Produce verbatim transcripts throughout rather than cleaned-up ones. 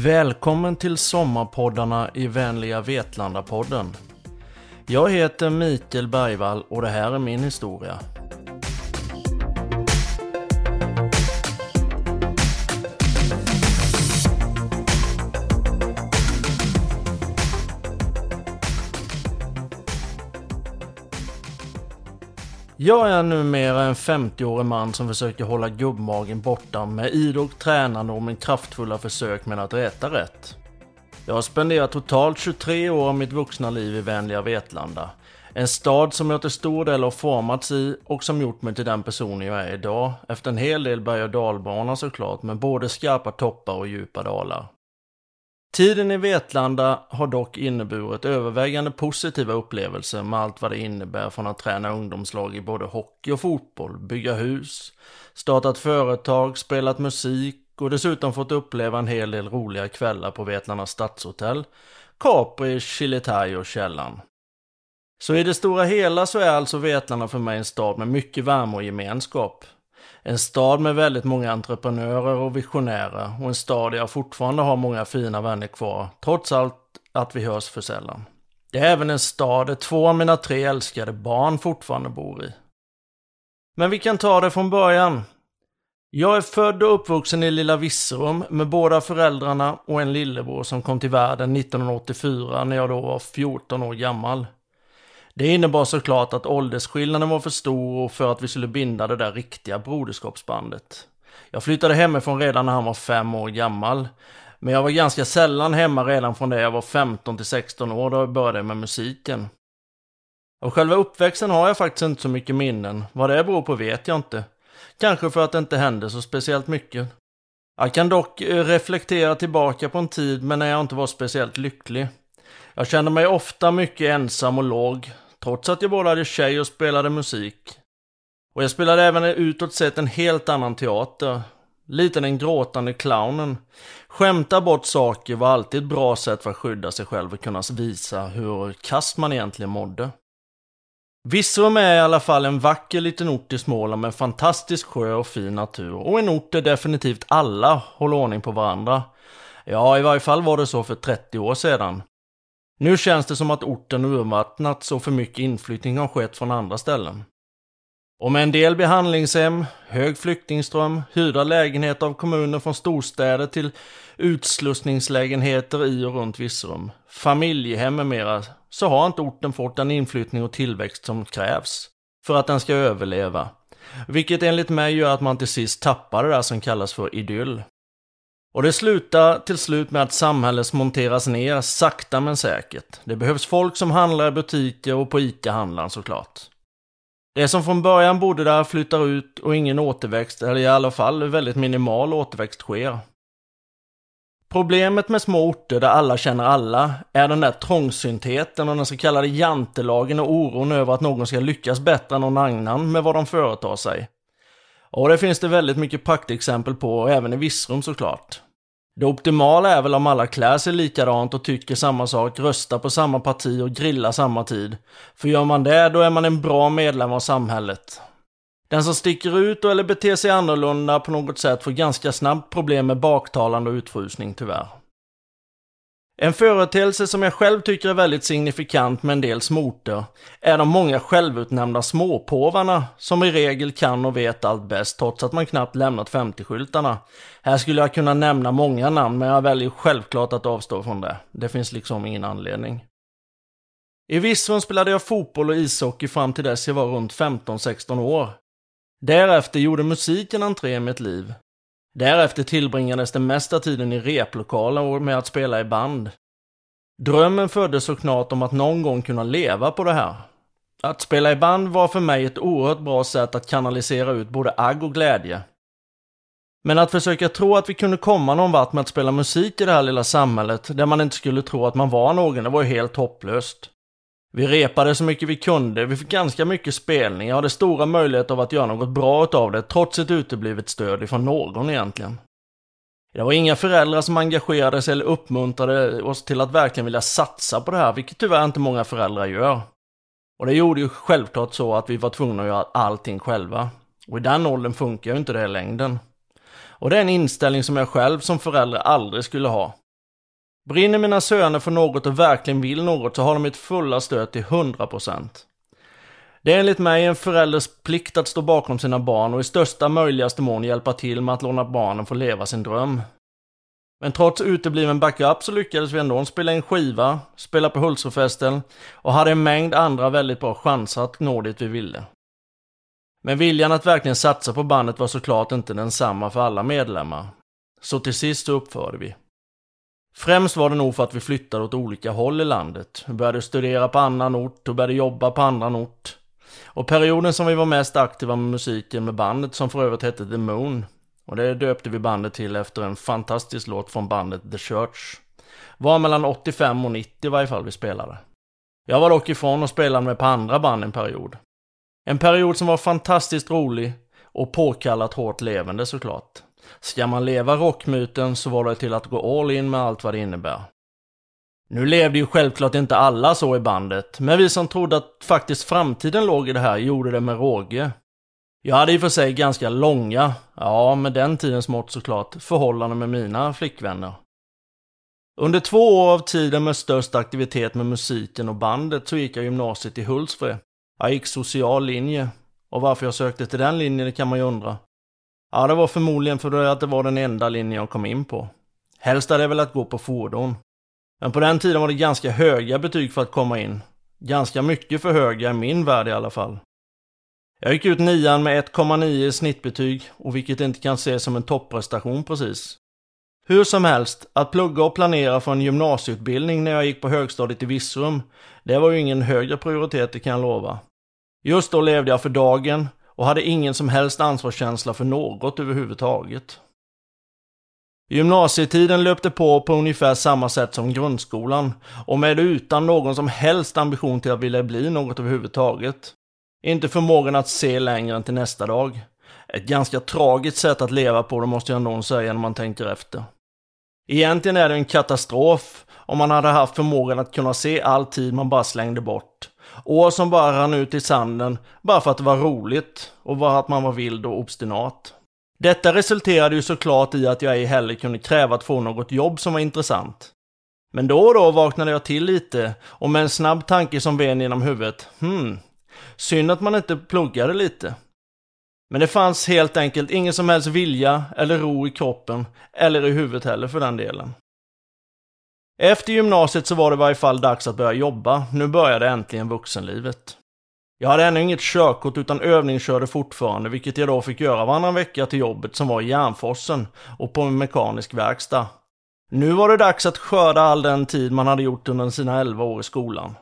Välkommen till sommarpoddarna i vänliga Vetlanda-podden. Jag heter Mikael Bergvall och det här är min historia. Jag är numera en femtioårig man som försöker hålla gubbmagen borta med idogt tränande och min kraftfulla försök med att äta rätt. Jag har spenderat totalt tjugotre år av mitt vuxna liv i vänliga Vetlanda. En stad som jag till stor del har formats i och som gjort mig till den person jag är idag. Efter en hel del berg- och dalbana såklart, med både skarpa toppar och djupa dalar. Tiden i Vetlanda har dock inneburit övervägande positiva upplevelser med allt vad det innebär från att träna ungdomslag i både hockey och fotboll, bygga hus, startat företag, spelat musik och dessutom fått uppleva en hel del roliga kvällar på Vetlanda stadshotell, Capri, Chilitai och Källan. Så i det stora hela så är alltså Vetlanda för mig en stad med mycket värme och gemenskap. En stad med väldigt många entreprenörer och visionärer och en stad där jag fortfarande har många fina vänner kvar, trots allt att vi hörs för sällan. Det är även en stad där två av mina tre älskade barn fortfarande bor i. Men vi kan ta det från början. Jag är född och uppvuxen i lilla Virserum med båda föräldrarna och en lillebror som kom till världen nittonhundraåttiofyra när jag då var fjorton år gammal. Det innebar såklart att åldersskillnaden var för stor och för att vi skulle binda det där riktiga broderskapsbandet. Jag flyttade hemifrån redan när han var fem år gammal. Men jag var ganska sällan hemma redan från det jag var femton till sexton år då jag började med musiken. Och själva uppväxten har jag faktiskt inte så mycket minnen. Vad det beror på vet jag inte. Kanske för att det inte hände så speciellt mycket. Jag kan dock reflektera tillbaka på en tid men när jag inte var speciellt lycklig. Jag kände mig ofta mycket ensam och låg, trots att jag både hade tjej och spelade musik. Och jag spelade även utåt sett en helt annan teater. Lite den gråtande clownen. Skämta bort saker var alltid ett bra sätt för att skydda sig själv och kunna visa hur kast man egentligen mådde. Virserum är i alla fall en vacker liten ort i Småland med en fantastisk sjö och fin natur. Och en ort där definitivt alla håller ordning på varandra. Ja, i varje fall var det så för trettio år sedan. Nu känns det som att orten urvattnats och för mycket inflyttning har skett från andra ställen. Och med en del behandlingshem, hög flyktingström, hyrda lägenheter av kommuner från storstäder till utslussningslägenheter i och runt Virserum, familjehem med mera, så har inte orten fått den inflyttning och tillväxt som krävs för att den ska överleva. Vilket enligt mig gör att man till sist tappar det där som kallas för idyll. Och det slutar till slut med att samhället monteras ner sakta men säkert. Det behövs folk som handlar i butiker och på ICA-handlaren såklart. Det som från början bodde där flyttar ut och ingen återväxt, eller i alla fall väldigt minimal återväxt sker. Problemet med små orter där alla känner alla är den där trångsyntheten och den så kallade jantelagen och oron över att någon ska lyckas bättre än någon annan med vad de företar sig. Och det finns det väldigt mycket praktexempel på, även i Virserum såklart. Det optimala är väl om alla klär sig likadant och tycker samma sak, röstar på samma parti och grillar samma tid. För gör man det, då är man en bra medlem av samhället. Den som sticker ut eller beter sig annorlunda på något sätt får ganska snabbt problem med baktalande och utfrusning tyvärr. En företeelse som jag själv tycker är väldigt signifikant med en del småorter är de många självutnämnda småpåvarna som i regel kan och vet allt bäst trots att man knappt lämnat femtio-skyltarna. Här skulle jag kunna nämna många namn men jag väljer självklart att avstå från det. Det finns liksom ingen anledning. I Virserum spelade jag fotboll och ishockey fram till dess jag var runt femton sexton år. Därefter gjorde musiken entré i mitt liv. Därefter tillbringades den mesta tiden i replokalen och med att spela i band. Drömmen föddes såklart om att någon gång kunna leva på det här. Att spela i band var för mig ett oerhört bra sätt att kanalisera ut både agg och glädje. Men att försöka tro att vi kunde komma någon vart med att spela musik i det här lilla samhället där man inte skulle tro att man var någon, det var ju helt hopplöst. Vi repade så mycket vi kunde, vi fick ganska mycket spelning, jag hade stora möjligheter av att göra något bra av det trots ett uteblivet stöd ifrån någon egentligen. Det var inga föräldrar som engagerade sig eller uppmuntrade oss till att verkligen vilja satsa på det här, vilket tyvärr inte många föräldrar gör. Och det gjorde ju självklart så att vi var tvungna att göra allting själva. Och i den åldern funkar ju inte det i längden. Och det är en inställning som jag själv som förälder aldrig skulle ha. Brinner mina söner för något och verkligen vill något så har de mitt fulla stöd till hundra procent. Det är enligt mig en förälders plikt att stå bakom sina barn och i största möjligaste mån hjälpa till med att låna barnen få leva sin dröm. Men trots utebliven backup så lyckades vi ändå spela en skiva, spela på Hultsfredsfesten och hade en mängd andra väldigt bra chanser att nå dit vi ville. Men viljan att verkligen satsa på bandet var såklart inte densamma för alla medlemmar. Så till sist så uppförde vi. Främst var det nog för att vi flyttade åt olika håll i landet. Vi började studera på annan ort och började jobba på annan ort. Och perioden som vi var mest aktiva med musiken med bandet, som för övrigt hette The Moon, och det döpte vi bandet till efter en fantastisk låt från bandet The Church, var mellan åttiofem och nittio i varje fall vi spelade. Jag var dock ifrån och spelade med på andra band en period. En period som var fantastiskt rolig och påkallat hårt levande såklart. Ska man leva rockmyten så var det till att gå all in med allt vad det innebär. Nu levde ju självklart inte alla så i bandet, men vi som trodde att faktiskt framtiden låg i det här gjorde det med råge. Jag hade i och för sig ganska långa, ja med den tidens mått såklart, förhållanden med mina flickvänner. Under två år av tiden med störst aktivitet med musiken och bandet så gick jag gymnasiet i Hultsfred. Jag gick social linje, och varför jag sökte till den linjen kan man ju undra. Ja, det var förmodligen för att det var den enda linjen jag kom in på. Helst hade jag väl att gå på fordon. Men på den tiden var det ganska höga betyg för att komma in. Ganska mycket för höga i min värld i alla fall. Jag gick ut nian med ett komma nio i snittbetyg, och vilket inte kan ses som en topprestation precis. Hur som helst, att plugga och planera för en gymnasieutbildning när jag gick på högstadiet i Virserum, det var ju ingen högre prioritet, det kan jag lova. Just då levde jag för dagen och hade ingen som helst ansvarskänsla för något överhuvudtaget. Gymnasietiden löpte på på ungefär samma sätt som grundskolan, och med utan någon som helst ambition till att vilja bli något överhuvudtaget. Inte förmågan att se längre än till nästa dag. Ett ganska tragiskt sätt att leva på, det måste jag nog säga när man tänker efter. Egentligen är det en katastrof om man hade haft förmågan att kunna se all tid man bara slängde bort. År som bara rann ut i sanden bara för att det var roligt och var att man var vild och obstinat. Detta resulterade ju såklart i att jag ej heller kunde kräva att få något jobb som var intressant. Men då och då vaknade jag till lite och med en snabb tanke som ven genom huvudet. Hmm, synd att man inte pluggade lite. Men det fanns helt enkelt ingen som helst vilja eller ro i kroppen eller i huvudet heller för den delen. Efter gymnasiet så var det i varje fall dags att börja jobba. Nu började äntligen vuxenlivet. Jag hade ännu inget körkort utan övningskörde fortfarande, vilket jag då fick göra varannan vecka till jobbet som var i Järnforsen och på en mekanisk verkstad. Nu var det dags att skörda all den tid man hade gjort under sina elva år i skolan.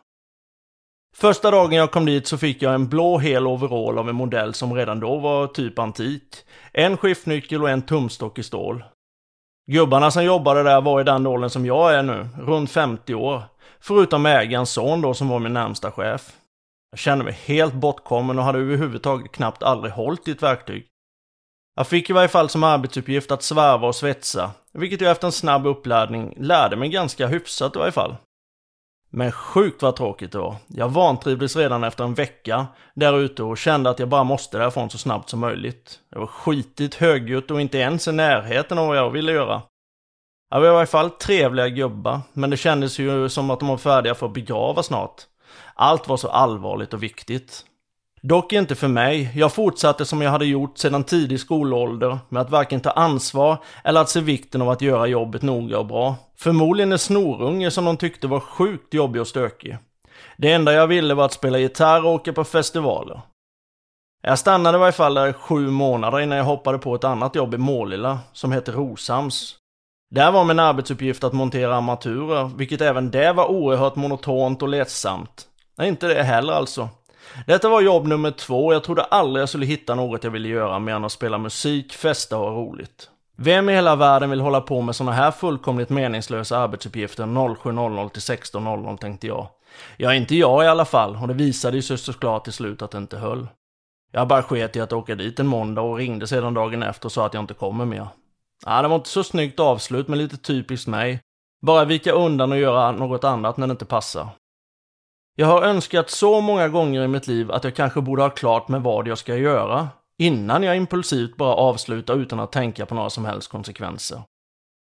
Första dagen jag kom dit så fick jag en blå hel overall av en modell som redan då var typ antik. En skiftnyckel och en tumstock i stål. Gubbarna som jobbade där var i den åldern som jag är nu, runt femtio år. Förutom ägarens son då som var min närmsta chef. Jag kände mig helt bortkommen och hade överhuvudtaget knappt aldrig hållit i ett verktyg. Jag fick i varje fall som arbetsuppgift att svärva och svetsa, vilket jag efter en snabb uppladdning lärde mig ganska hyfsat i varje fall. Men sjukt vad tråkigt det var. Jag vantrivdes redan efter en vecka där ute och kände att jag bara måste därifrån så snabbt som möjligt. Jag var skitigt högljutt och inte ens i närheten av vad jag ville göra. Jag var i varje fall trevliga gubbar, men det kändes ju som att de var färdiga för att begrava snart. Allt var så allvarligt och viktigt. Dock inte för mig. Jag fortsatte som jag hade gjort sedan tidig skolålder med att varken ta ansvar eller att se vikten av att göra jobbet noga och bra. Förmodligen en snorunge som de tyckte var sjukt jobbig och stökig. Det enda jag ville var att spela gitarr och åka på festivaler. Jag stannade i varje fall där i sju månader innan jag hoppade på ett annat jobb i Målilla som heter Rosams. Där var min arbetsuppgift att montera armaturer, vilket även det var oerhört monotont och ledsamt. Nej, inte det heller alltså. Detta var jobb nummer två och jag trodde aldrig jag skulle hitta något jag ville göra mer än att spela musik, festa och ha roligt. Vem i hela världen vill hålla på med såna här fullkomligt meningslösa arbetsuppgifter sju noll noll till sexton noll noll tänkte jag. Ja, inte jag i alla fall, och det visade ju sig såklart till slut att det inte höll. Jag bara sket i att åka dit en måndag och ringde sedan dagen efter och sa att jag inte kommer mer. Ja, det var inte så snyggt avslut men lite typiskt mig. Bara vika undan och göra något annat när det inte passar. Jag har önskat så många gånger i mitt liv att jag kanske borde ha klart med vad jag ska göra innan jag impulsivt bara avslutar utan att tänka på några som helst konsekvenser.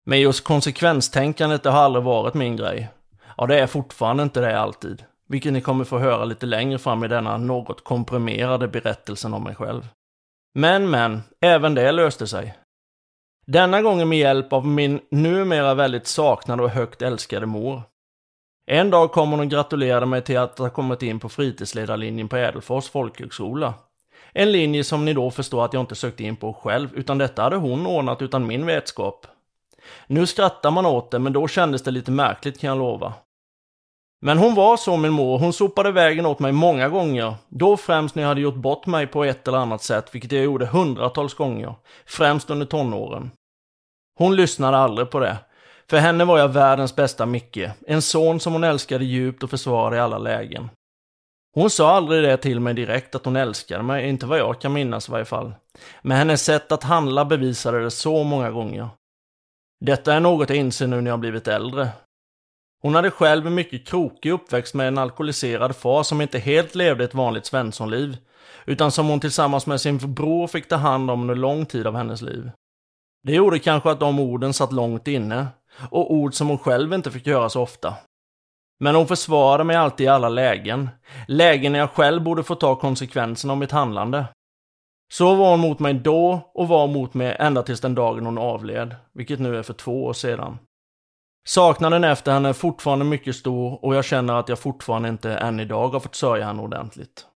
Men just konsekvenstänkandet det har aldrig varit min grej. Ja, det är fortfarande inte det alltid. Vilket ni kommer få höra lite längre fram i denna något komprimerade berättelsen om mig själv. Men, men, även det löste sig. Denna gången med hjälp av min numera väldigt saknade och högt älskade mor. En dag kom hon och gratulerade mig till att ha kommit in på fritidsledarlinjen på Ädelfors folkhögskola. En linje som ni då förstår att jag inte sökte in på själv, utan detta hade hon ordnat utan min vetskap. Nu skrattar man åt det, men då kändes det lite märkligt kan jag lova. Men hon var så min mor, hon sopade vägen åt mig många gånger. Då främst när jag hade gjort bort mig på ett eller annat sätt, vilket jag gjorde hundratals gånger. Främst under tonåren. Hon lyssnade aldrig på det. För henne var jag världens bästa Micke. En son som hon älskade djupt och försvarade i alla lägen. Hon sa aldrig det till mig direkt att hon älskade mig, inte vad jag kan minnas i varje fall. Men hennes sätt att handla bevisade det så många gånger. Detta är något jag inser nu när jag blivit äldre. Hon hade själv en mycket krokig uppväxt med en alkoholiserad far som inte helt levde ett vanligt svenssonliv, utan som hon tillsammans med sin bror fick ta hand om under lång tid av hennes liv. Det gjorde kanske att de orden satt långt inne, och ord som hon själv inte fick göra så ofta. Men hon försvarade mig alltid i alla lägen, lägen när jag själv borde få ta konsekvenserna av mitt handlande. Så var hon mot mig då och var mot mig ända tills den dagen hon avled, vilket nu är för två år sedan. Saknaden efter henne är fortfarande mycket stor och jag känner att jag fortfarande inte än idag har fått sörja henne ordentligt.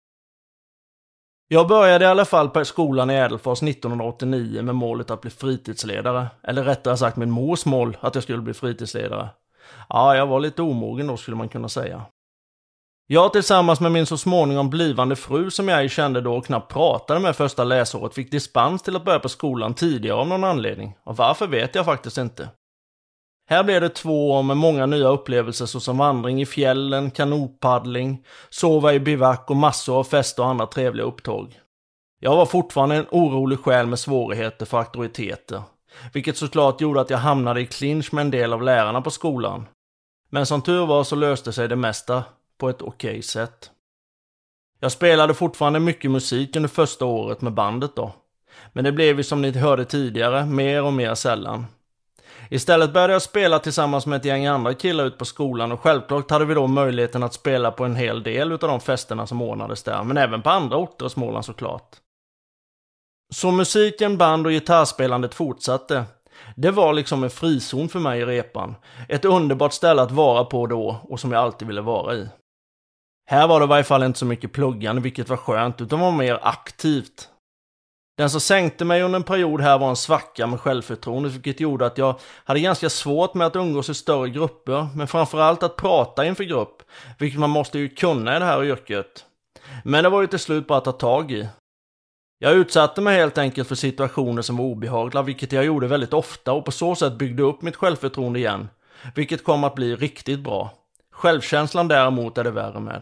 Jag började i alla fall på skolan i Ädelfors nittonhundraåttionio med målet att bli fritidsledare, eller rättare sagt min mors mål att jag skulle bli fritidsledare. Ja, jag var lite omogen då skulle man kunna säga. Jag tillsammans med min så småningom blivande fru som jag kände då och knappt pratade med första läsåret fick dispens till att börja på skolan tidigare av någon anledning. Och varför vet jag faktiskt inte. Här blev det två år med många nya upplevelser såsom vandring i fjällen, kanotpaddling, sova i bivack och massor av fester och andra trevliga upptåg. Jag var fortfarande en orolig själ med svårigheter för auktoriteter, vilket såklart gjorde att jag hamnade i clinch med en del av lärarna på skolan. Men som tur var så löste sig det mesta på ett okej sätt. Jag spelade fortfarande mycket musik under första året med bandet då, men det blev ju som ni hörde tidigare mer och mer sällan. Istället började jag spela tillsammans med ett gäng andra killar ut på skolan och självklart hade vi då möjligheten att spela på en hel del av de festerna som ordnades där, men även på andra orter i Småland såklart. Så musiken, band och gitarrspelandet fortsatte. Det var liksom en frizon för mig i repan. Ett underbart ställe att vara på då och som jag alltid ville vara i. Här var det i varje fall inte så mycket pluggande, vilket var skönt, utan var mer aktivt. Den som sänkte mig under en period här var en svacka med självförtroende, vilket gjorde att jag hade ganska svårt med att umgås i större grupper, men framförallt att prata inför grupp, vilket man måste ju kunna i det här yrket. Men det var ju till slut bara att ta tag i. Jag utsatte mig helt enkelt för situationer som var obehagliga, vilket jag gjorde väldigt ofta och på så sätt byggde upp mitt självförtroende igen, vilket kom att bli riktigt bra. Självkänslan däremot är det värre med.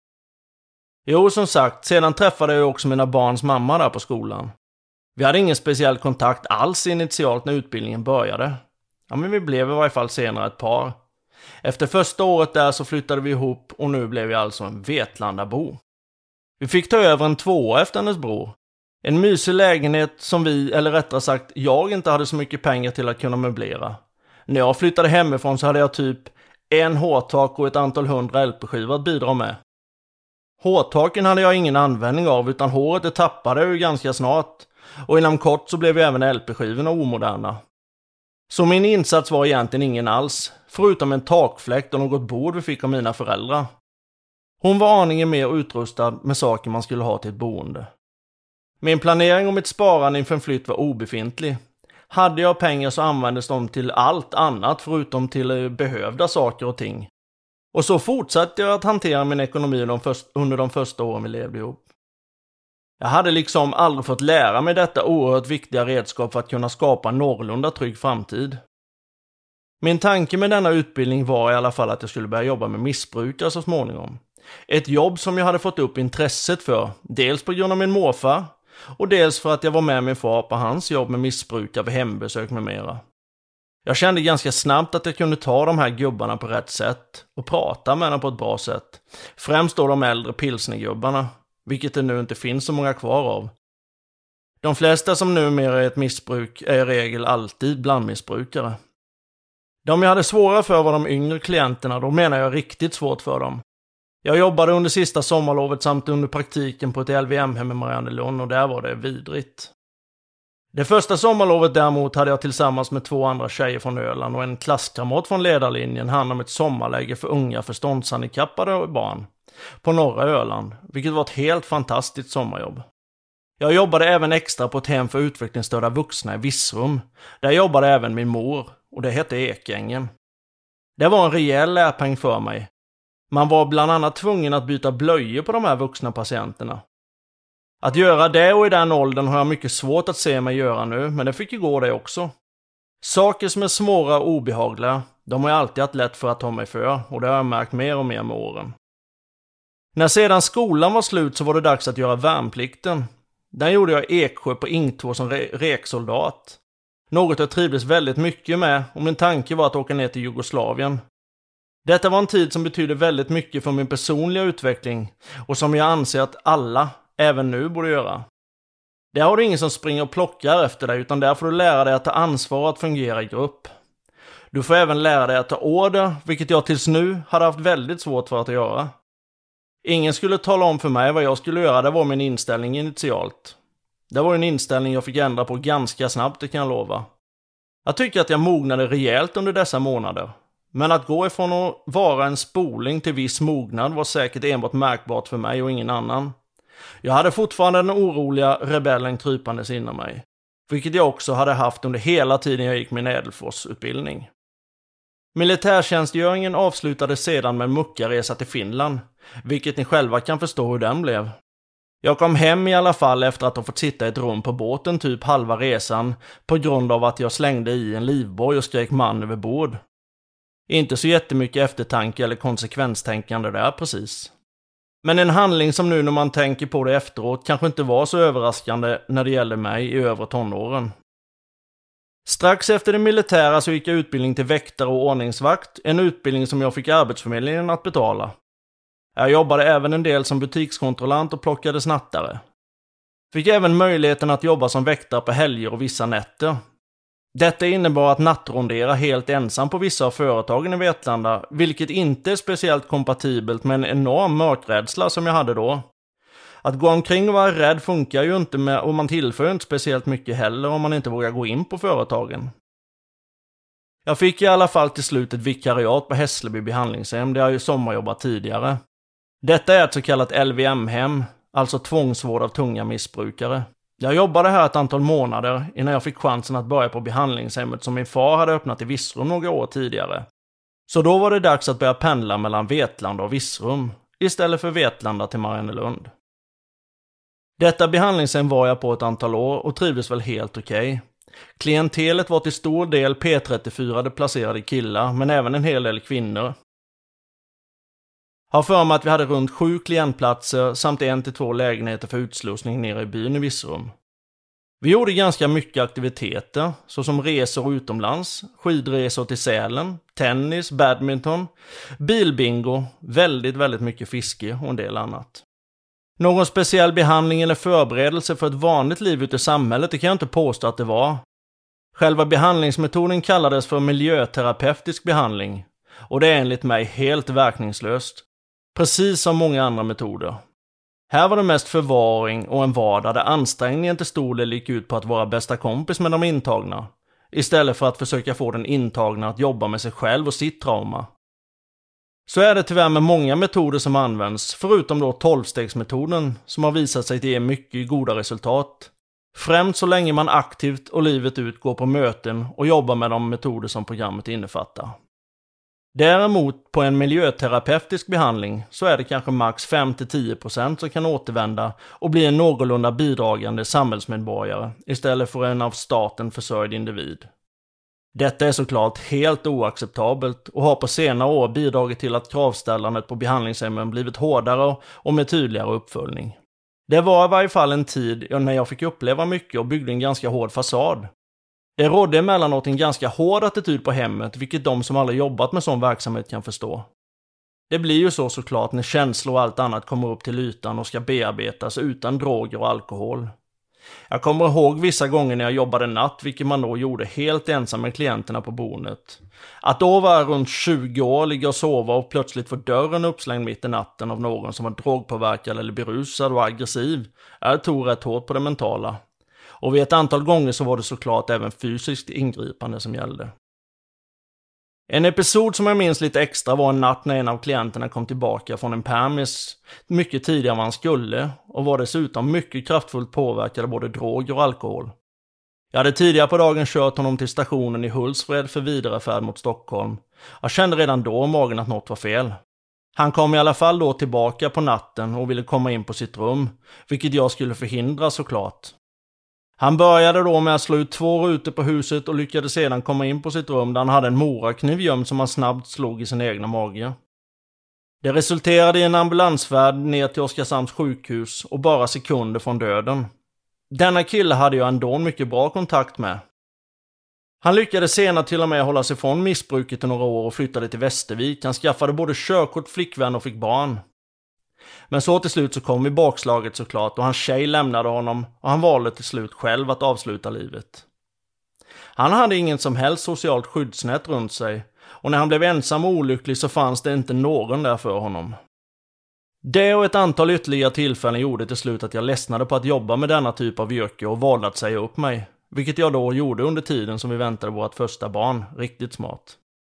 Jo, som sagt, sedan träffade jag också mina barns mamma där på skolan. Vi hade ingen speciell kontakt alls initialt när utbildningen började. Ja, men vi blev i varje fall senare ett par. Efter första året där så flyttade vi ihop och nu blev vi alltså en Vetlandabo. Vi fick ta över en tvåa efter hennes bror. En mysig lägenhet som vi, eller rättare sagt jag, inte hade så mycket pengar till att kunna möblera. När jag flyttade hemifrån så hade jag typ en hårtak och ett antal hundra L P-skivor att bidra med. Hårtaken hade jag ingen användning av utan håret det tappade jag ju ganska snart. Och inom kort så blev ju även L P-skivorna omoderna. Så min insats var egentligen ingen alls, förutom en takfläkt och något bord vi fick av mina föräldrar. Hon var aningen mer utrustad med saker man skulle ha till ett boende. Min planering om mitt sparande inför en flytt var obefintlig. Hade jag pengar så användes de till allt annat förutom till behövda saker och ting. Och så fortsatte jag att hantera min ekonomi under de första åren vi levde ihop. Jag hade liksom aldrig fått lära mig detta oerhört viktiga redskap för att kunna skapa en någorlunda trygg framtid. Min tanke med denna utbildning var i alla fall att jag skulle börja jobba med missbrukare så småningom. Ett jobb som jag hade fått upp intresset för, dels på grund av min morfar och dels för att jag var med min far på hans jobb med missbrukare vid hembesök med mera. Jag kände ganska snabbt att jag kunde ta de här gubbarna på rätt sätt och prata med dem på ett bra sätt. Främst då de äldre pilsnergubbarna, vilket det nu inte finns så många kvar av. De flesta som numera är ett missbruk är i regel alltid blandmissbrukare. De jag hade svåra för var de yngre klienterna, då menar jag riktigt svårt för dem. Jag jobbade under sista sommarlovet samt under praktiken på ett L V M-hem i Mariannelund och där var det vidrigt. Det första sommarlovet däremot hade jag tillsammans med två andra tjejer från Öland och en klasskamrat från ledarlinjen hand om ett sommarläge för unga förståndshandikappade barn på norra Öland, vilket var ett helt fantastiskt sommarjobb. Jag jobbade även extra på ett hem för utvecklingsstörda vuxna i Virserum. Där jobbade även min mor och det hette Ekängen. Det var en rejäl lärpeng för mig. Man var bland annat tvungen att byta blöjor på de här vuxna patienterna. Att göra det och i den åldern har jag mycket svårt att se mig göra nu, men det fick ju gå det också. Saker som är svåra och obehagliga, de har jag alltid haft lätt för att ta mig för och det har jag märkt mer och mer med åren. När sedan skolan var slut så var det dags att göra värnplikten. Den gjorde jag i Eksjö på Ingtvå som re- reksoldat. Något jag trivdes väldigt mycket med och min tanke var att åka ner till Jugoslavien. Detta var en tid som betydde väldigt mycket för min personliga utveckling och som jag anser att alla, även nu, borde göra. Där har du ingen som springer och plockar efter dig utan där får du lära dig att ta ansvar och att fungera i grupp. Du får även lära dig att ta order, vilket jag tills nu hade haft väldigt svårt för att göra. Ingen skulle tala om för mig vad jag skulle göra, det var min inställning initialt. Det var en inställning jag fick ändra på ganska snabbt, det kan jag lova. Jag tycker att jag mognade rejält under dessa månader. Men att gå ifrån att vara en spoling till viss mognad var säkert enbart märkbart för mig och ingen annan. Jag hade fortfarande den oroliga rebellen krypandes inom mig. Vilket jag också hade haft under hela tiden jag gick min Ädelforsutbildning. Militärtjänstgöringen avslutades sedan med en muckaresa till Finland. Vilket ni själva kan förstå hur den blev. Jag kom hem i alla fall efter att ha fått sitta i ett rum på båten typ halva resan på grund av att jag slängde i en livboj och skrek man över bord. Inte så jättemycket eftertanke eller konsekvenstänkande där precis. Men en handling som nu när man tänker på det efteråt kanske inte var så överraskande när det gällde mig i övre tonåren. Strax efter det militära så gick jag utbildning till väktare och ordningsvakt, en utbildning som jag fick Arbetsförmedlingen att betala. Jag jobbade även en del som butikskontrollant och plockade snattare. Fick även möjligheten att jobba som väktare på helger och vissa nätter. Detta innebar att nattrondera helt ensam på vissa av företagen i Vetlanda, vilket inte är speciellt kompatibelt med en enorm mörkrädsla som jag hade då. Att gå omkring och vara rädd funkar ju inte med, och man tillför inte speciellt mycket heller om man inte vågar gå in på företagen. Jag fick i alla fall till slut ett vikariat på Hässleby behandlingshem där jag ju sommarjobbat tidigare. Detta är ett så kallat L V M-hem, alltså tvångsvård av tunga missbrukare. Jag jobbade här ett antal månader innan jag fick chansen att börja på behandlingshemmet som min far hade öppnat i Virserum några år tidigare. Så då var det dags att börja pendla mellan Vetlanda och Virserum istället för Vetlanda till Mariannelund. Detta behandlingshem var jag på ett antal år och trivdes väl helt okej. Okay. Klientelet var till stor del P trettiofyra placerade killar men även en hel del kvinnor. Har för mig att vi hade runt sju klientplatser samt en till två lägenheter för utslussning nere i byn i Virserum. Vi gjorde ganska mycket aktiviteter såsom resor utomlands, skidresor till Sälen, tennis, badminton, bilbingo, väldigt väldigt mycket fiske och en del annat. Någon speciell behandling eller förberedelse för ett vanligt liv ute i samhället det kan jag inte påstå att det var. Själva behandlingsmetoden kallades för miljöterapeutisk behandling och det är enligt mig helt verkningslöst. Precis som många andra metoder. Här var det mest förvaring och en vardag där ansträngningen till stor del gick ut på att vara bästa kompis med de intagna. Istället för att försöka få den intagna att jobba med sig själv och sitt trauma. Så är det tyvärr med många metoder som används, förutom då tolvstegsmetoden som har visat sig ge mycket goda resultat. Främst så länge man aktivt och livet ut går på möten och jobbar med de metoder som programmet innefattar. Däremot på en miljöterapeutisk behandling så är det kanske max fem till tio procent som kan återvända och bli en någorlunda bidragande samhällsmedborgare istället för en av staten försörjd individ. Detta är såklart helt oacceptabelt och har på senare år bidragit till att kravställandet på behandlingshemmen blivit hårdare och med tydligare uppföljning. Det var i varje fall en tid när jag fick uppleva mycket och byggde en ganska hård fasad. Det rådde emellanåt en ganska hård attityd på hemmet, vilket de som aldrig jobbat med sån verksamhet kan förstå. Det blir ju så såklart när känslor och allt annat kommer upp till ytan och ska bearbetas utan droger och alkohol. Jag kommer ihåg vissa gånger när jag jobbade natt, vilket man då gjorde helt ensam med klienterna på boendet. Att då vara runt tjugo år, ligga och sova och plötsligt få dörren uppslängd mitt i natten av någon som var drogpåverkad eller berusad och aggressiv, jag tog rätt hårt på det mentala. Och vid ett antal gånger så var det såklart även fysiskt ingripande som gällde. En episod som jag minns lite extra var en natt när en av klienterna kom tillbaka från en permis mycket tidigare än vad han skulle och var dessutom mycket kraftfullt påverkad av både droger och alkohol. Jag hade tidigare på dagen kört honom till stationen i Hultsfred för vidarefärd mot Stockholm. Jag kände redan då i magen att något var fel. Han kom i alla fall då tillbaka på natten och ville komma in på sitt rum, vilket jag skulle förhindra såklart. Han började då med att slå ut två rutor på huset och lyckades sedan komma in på sitt rum där han hade en morakniv gömd som han snabbt slog i sin egna mage. Det resulterade i en ambulansfärd ner till Oskarshamns sjukhus och bara sekunder från döden. Denna kille hade jag ändå en mycket bra kontakt med. Han lyckades senare till och med hålla sig från missbruket i några år och flyttade till Västervik. Han skaffade både körkort, flickvän och fick barn. Men så till slut så kom vi bakslaget såklart och hans tjej lämnade honom och han valde till slut själv att avsluta livet. Han hade ingen som helst socialt skyddsnät runt sig och när han blev ensam och olycklig så fanns det inte någon där för honom. Det och ett antal ytterligare tillfällen gjorde till slut att jag ledsnade på att jobba med denna typ av yrke och valde att säga upp mig, vilket jag då gjorde under tiden som vi väntade vårt första barn, riktigt smart.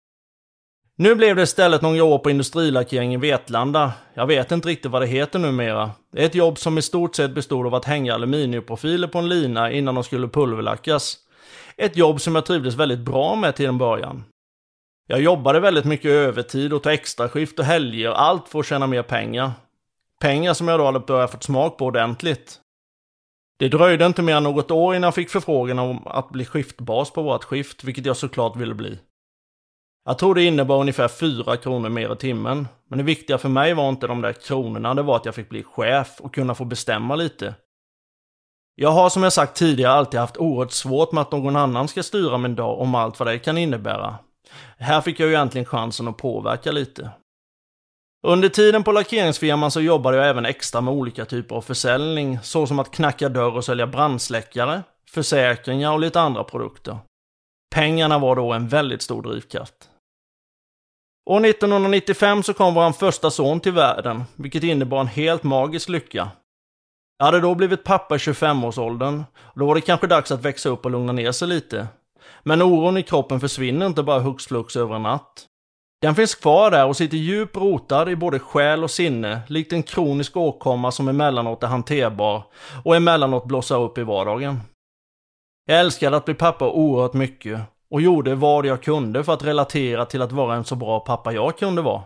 Nu blev det istället några år på industrilackering i Vetlanda. Jag vet inte riktigt vad det heter numera. Det är ett jobb som i stort sett bestod av att hänga aluminiumprofiler på en lina innan de skulle pulverlackas. Ett jobb som jag trivdes väldigt bra med till en början. Jag jobbade väldigt mycket övertid och tog extra skift och helger, allt för att tjäna mer pengar. Pengar som jag då hade börjat få smak på ordentligt. Det dröjde inte mer än något år innan jag fick förfrågan om att bli skiftbas på vårt skift, vilket jag såklart ville bli. Jag tror det innebar ungefär fyra kronor mer i timmen, men det viktiga för mig var inte de där kronorna, det var att jag fick bli chef och kunna få bestämma lite. Jag har som jag sagt tidigare alltid haft oerhört svårt med att någon annan ska styra min dag om allt vad det kan innebära. Här fick jag ju egentligen chansen att påverka lite. Under tiden på lackeringsfirman så jobbade jag även extra med olika typer av försäljning, såsom att knacka dörr och sälja brandsläckare, försäkringar och lite andra produkter. Pengarna var då en väldigt stor drivkraft. År nittonhundranittiofem så kom vår första son till världen, vilket innebar en helt magisk lycka. Jag hade då blivit pappa i tjugofem-årsåldern och då var det kanske dags att växa upp och lugna ner sig lite. Men oron i kroppen försvinner inte bara hux flux över en natt. Den finns kvar där och sitter djupt rotad i både själ och sinne, likt en kronisk åkomma som emellanåt är hanterbar och emellanåt blossar upp i vardagen. Jag älskade att bli pappa oerhört mycket och gjorde vad jag kunde för att relatera till att vara en så bra pappa jag kunde vara.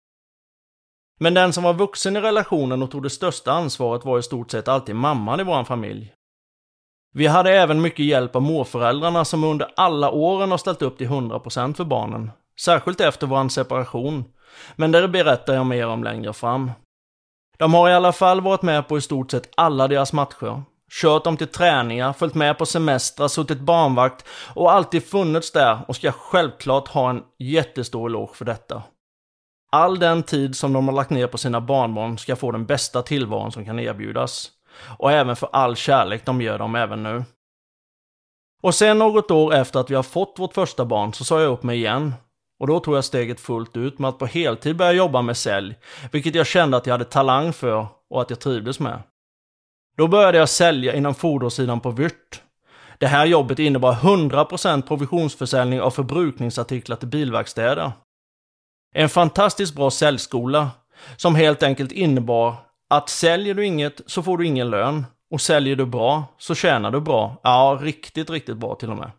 Men den som var vuxen i relationen och tog det största ansvaret var i stort sett alltid mamman i vår familj. Vi hade även mycket hjälp av morföräldrarna som under alla åren har ställt upp till hundra procent för barnen, särskilt efter vår separation, men det berättar jag mer om längre fram. De har i alla fall varit med på i stort sett alla deras matcher, kört dem till träningar, följt med på semestrar, suttit barnvakt och alltid funnits där och ska självklart ha en jättestor eloge för detta. All den tid som de har lagt ner på sina barnbarn ska få den bästa tillvaron som kan erbjudas. Och även för all kärlek de ger dem även nu. Och sen något år efter att vi har fått vårt första barn så sa jag upp mig igen. Och då tog jag steget fullt ut med att på heltid börja jobba med sälj, vilket jag kände att jag hade talang för och att jag trivdes med. Då började jag sälja inom fordonssidan på Vyrt. Det här jobbet innebar hundra procent provisionsförsäljning av förbrukningsartiklar till bilverkstäder. En fantastiskt bra säljskola som helt enkelt innebar att säljer du inget så får du ingen lön och säljer du bra så tjänar du bra. Ja, riktigt, riktigt bra till och med.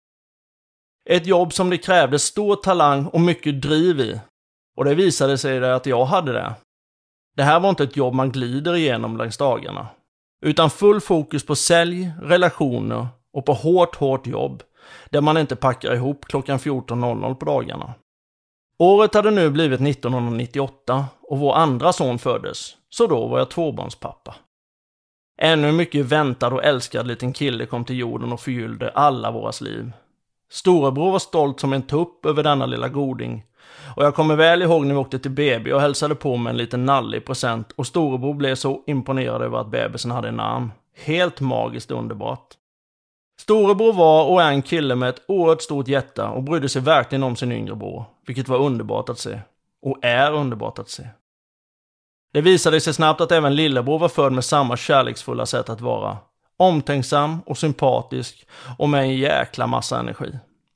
Ett jobb som det krävde stor talang och mycket driv i. Och det visade sig att jag hade det. Det här var inte ett jobb man glider igenom längs dagarna. Utan full fokus på sälj, relationer och på hårt, hårt jobb. Där man inte packar ihop klockan fjorton på dagarna. Året hade nu blivit nittonhundranittioåtta och vår andra son föddes. Så då var jag tvåbarnspappa. Ännu en mycket väntad och älskad liten kille kom till jorden och förgyllde alla våras liv. Storebror var stolt som en tupp över denna lilla goding. Och jag kommer väl ihåg när vi åkte till B B och hälsade på med en liten nallig present. Och storebror blev så imponerad över att bebisen hade en arm. Helt magiskt underbart. Storebror var och är en kille med ett oerhört stort hjärta och brydde sig verkligen om sin yngre bror, vilket var underbart att se. Och är underbart att se. Det visade sig snabbt att även lillebror var född med samma kärleksfulla sätt att vara. Omtänksam och sympatisk och med en jäkla massa energi.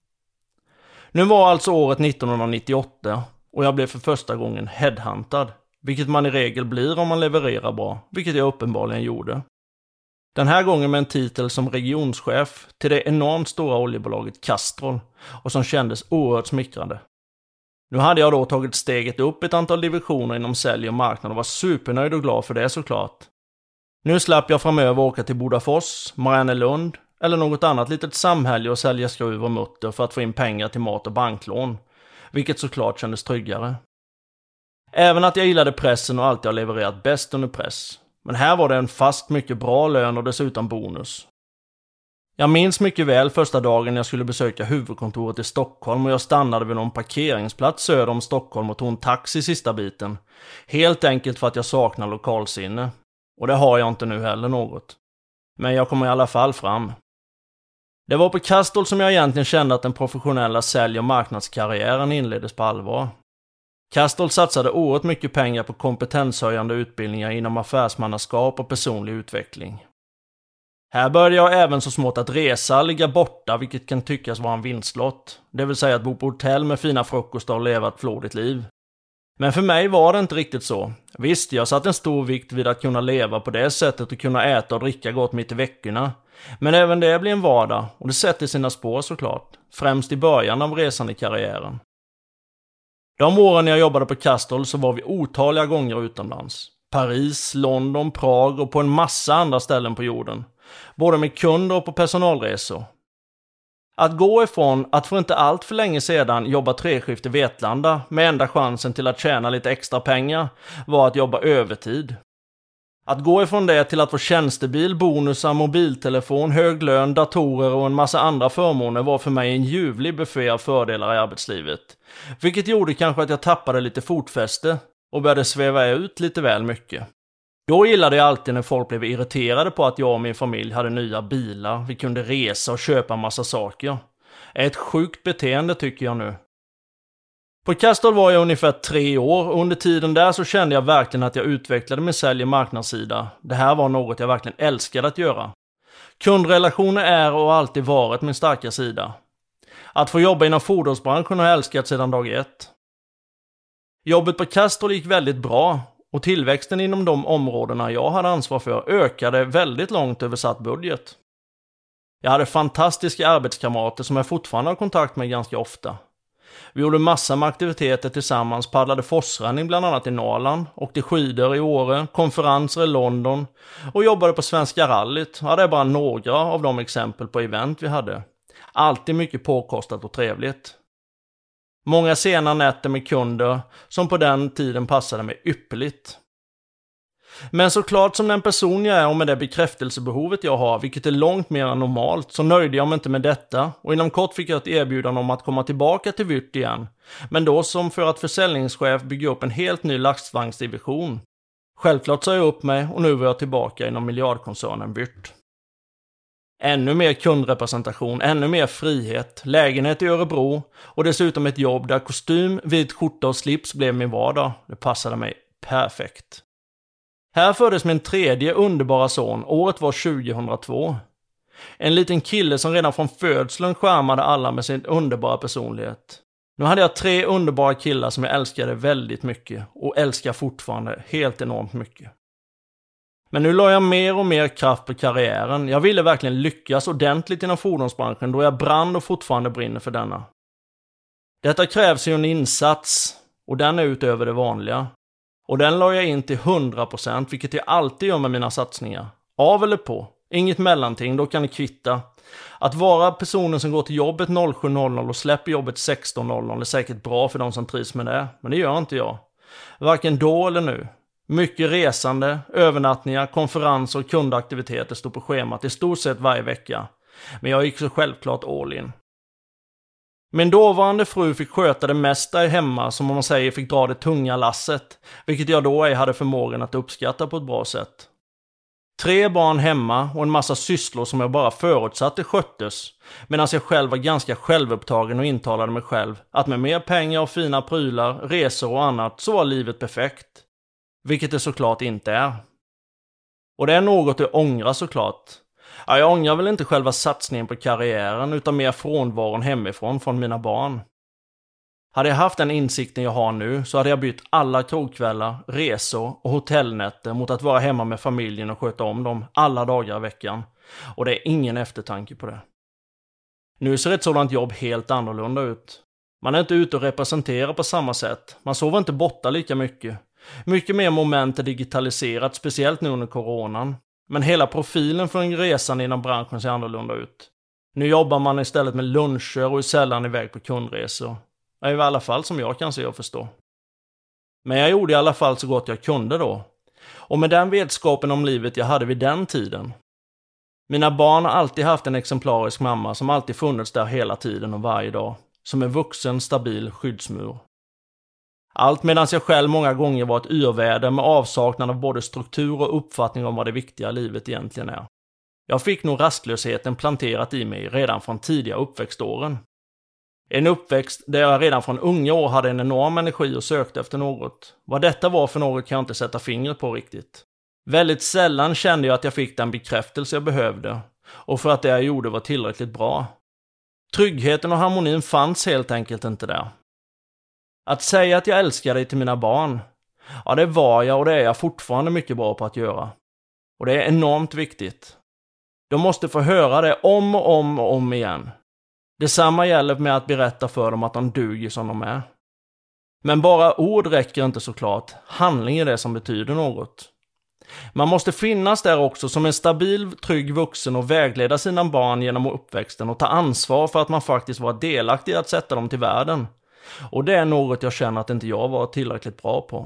Nu var alltså året nittonhundranittioåtta och jag blev för första gången headhuntad, vilket man i regel blir om man levererar bra, vilket jag uppenbarligen gjorde. Den här gången med en titel som regionschef till det enormt stora oljebolaget Castrol och som kändes oerhört smickrande. Nu hade jag då tagit steget upp ett antal divisioner inom sälj och marknad och var supernöjd och glad för det såklart. Nu slapp jag framöver åka till Bodafors, Mariannelund eller något annat litet samhälle och sälja skruv och mutter för att få in pengar till mat och banklån, vilket såklart kändes tryggare. Även att jag gillade pressen och alltid har levererat bäst under press. Men här var det en fast mycket bra lön och dessutom bonus. Jag minns mycket väl första dagen jag skulle besöka huvudkontoret i Stockholm och jag stannade vid någon parkeringsplats söder om Stockholm och tog en taxi sista biten. Helt enkelt för att jag saknar lokalsinne. Och det har jag inte nu heller något. Men jag kommer i alla fall fram. Det var på Castrol som jag egentligen kände att den professionella sälj- och marknadskarriären inleddes på allvar. Castrol satsade oerhört mycket pengar på kompetenshöjande utbildningar inom affärsmannaskap och personlig utveckling. Här började jag även så smått att resa, ligga borta, vilket kan tyckas vara en vinstlott. Det vill säga att bo på hotell med fina frukostar och leva ett flådigt liv. Men för mig var det inte riktigt så. Visst, jag satt en stor vikt vid att kunna leva på det sättet och kunna äta och dricka gott mitt i veckorna. Men även det blev en vardag och det sätter sina spår såklart. Främst i början av resan i karriären. De åren jag jobbade på Castrol så var vi otaliga gånger utomlands. Paris, London, Prag och på en massa andra ställen på jorden. Både med kunder och på personalresor. Att gå ifrån att för inte allt för länge sedan jobba treskift i Vetlanda med enda chansen till att tjäna lite extra pengar var att jobba övertid. Att gå ifrån det till att få tjänstebil, bonusar, mobiltelefon, hög lön, datorer och en massa andra förmåner var för mig en ljuvlig buffé av fördelar i arbetslivet. Vilket gjorde kanske att jag tappade lite fotfäste och började sväva ut lite väl mycket. Då gillade jag alltid när folk blev irriterade på att jag och min familj hade nya bilar, vi kunde resa och köpa massa saker. Ett sjukt beteende tycker jag nu. På Castrol var jag ungefär tre år och under tiden där så kände jag verkligen att jag utvecklade min sälj- och marknadssida. Det här var något jag verkligen älskade att göra. Kundrelationer är och har alltid varit min starka sida. Att få jobba inom fordonsbranschen har jag älskat sedan dag ett. Jobbet på Castrol gick väldigt bra och tillväxten inom de områdena jag hade ansvar för ökade väldigt långt över satt budget. Jag hade fantastiska arbetskamrater som jag fortfarande har kontakt med ganska ofta. Vi gjorde massor med aktiviteter tillsammans, paddlade forsränning bland annat i Norrland, åkte skidor i Åre, konferenser i London och jobbade på Svenska rallyt. Ja, det är bara några av de exempel på event vi hade. Alltid mycket påkostat och trevligt. Många sena nätter med kunder som på den tiden passade mig ypperligt. Men såklart som den person jag är och med det bekräftelsebehovet jag har, vilket är långt mer än normalt, så nöjde jag mig inte med detta och inom kort fick jag ett erbjudande om att komma tillbaka till Vyrt igen. Men då som för att försäljningschef bygga upp en helt ny lastvagnsdivision. Självklart sa jag upp mig och nu var jag tillbaka inom miljardkoncernen Vyrt. Ännu mer kundrepresentation, ännu mer frihet, lägenhet i Örebro och dessutom ett jobb där kostym, vit skjorta och slips blev min vardag. Det passade mig perfekt. Här föddes min tredje underbara son, året var tjugohundratvå. En liten kille som redan från födseln skärmade alla med sin underbara personlighet. Nu hade jag tre underbara killar som jag älskade väldigt mycket och älskar fortfarande helt enormt mycket. Men nu la jag mer och mer kraft på karriären. Jag ville verkligen lyckas ordentligt inom fordonsbranschen då jag brann och fortfarande brinner för denna. Detta krävs ju en insats och den är utöver det vanliga. Och den la jag in till hundra procent, vilket jag alltid gör med mina satsningar. Av eller på. Inget mellanting, då kan det kvitta. Att vara personen som går till jobbet sju noll noll och släpper jobbet sexton noll noll är säkert bra för de som trivs med det. Men det gör inte jag. Varken då eller nu. Mycket resande, övernattningar, konferenser och kundaktiviteter står på schemat i stort sett varje vecka. Men jag gick så självklart all in. Min dåvarande fru fick sköta det mesta hemma som man säger fick dra det tunga lasset, vilket jag då ej hade förmågan att uppskatta på ett bra sätt. Tre barn hemma och en massa sysslor som jag bara förutsatte sköttes, medan jag själv var ganska självupptagen och intalade mig själv att med mer pengar och fina prylar, resor och annat så var livet perfekt. Vilket det såklart inte är. Och det är något jag ångrar såklart. Ja, jag ångrar väl inte själva satsningen på karriären utan mer frånvaron hemifrån från mina barn. Hade jag haft den insikten jag har nu så hade jag bytt alla krogkvällar, resor och hotellnätter mot att vara hemma med familjen och sköta om dem alla dagar i veckan. Och det är ingen eftertanke på det. Nu ser ett sådant jobb helt annorlunda ut. Man är inte ute och representerar på samma sätt. Man sover inte borta lika mycket. Mycket mer moment är digitaliserat, speciellt nu under coronan. Men hela profilen för en resan inom branschen ser annorlunda ut. Nu jobbar man istället med luncher och är sällan iväg på kundresor. I alla fall som jag kan se och förstå. Men jag gjorde i alla fall så gott jag kunde då. Och med den vetskapen om livet jag hade vid den tiden. Mina barn har alltid haft en exemplarisk mamma som alltid funnits där hela tiden och varje dag. Som en vuxen, stabil skyddsmur. Allt medan jag själv många gånger var ett yrväder med avsaknad av både struktur och uppfattning om vad det viktiga livet egentligen är. Jag fick nog rastlösheten planterat i mig redan från tidiga uppväxtåren. En uppväxt där jag redan från unga år hade en enorm energi och sökte efter något. Vad detta var för något kan jag inte sätta fingret på riktigt. Väldigt sällan kände jag att jag fick den bekräftelse jag behövde. Och för att det jag gjorde var tillräckligt bra. Tryggheten och harmonin fanns helt enkelt inte där. Att säga att jag älskar dig till mina barn, ja det var jag och det är jag fortfarande mycket bra på att göra. Och det är enormt viktigt. De måste få höra det om och om och om igen. Detsamma gäller med att berätta för dem att de duger som de är. Men bara ord räcker inte såklart, handling är det som betyder något. Man måste finnas där också som en stabil, trygg vuxen och vägleda sina barn genom uppväxten och ta ansvar för att man faktiskt var delaktig i att sätta dem till världen. Och det är något jag känner att inte jag var tillräckligt bra på.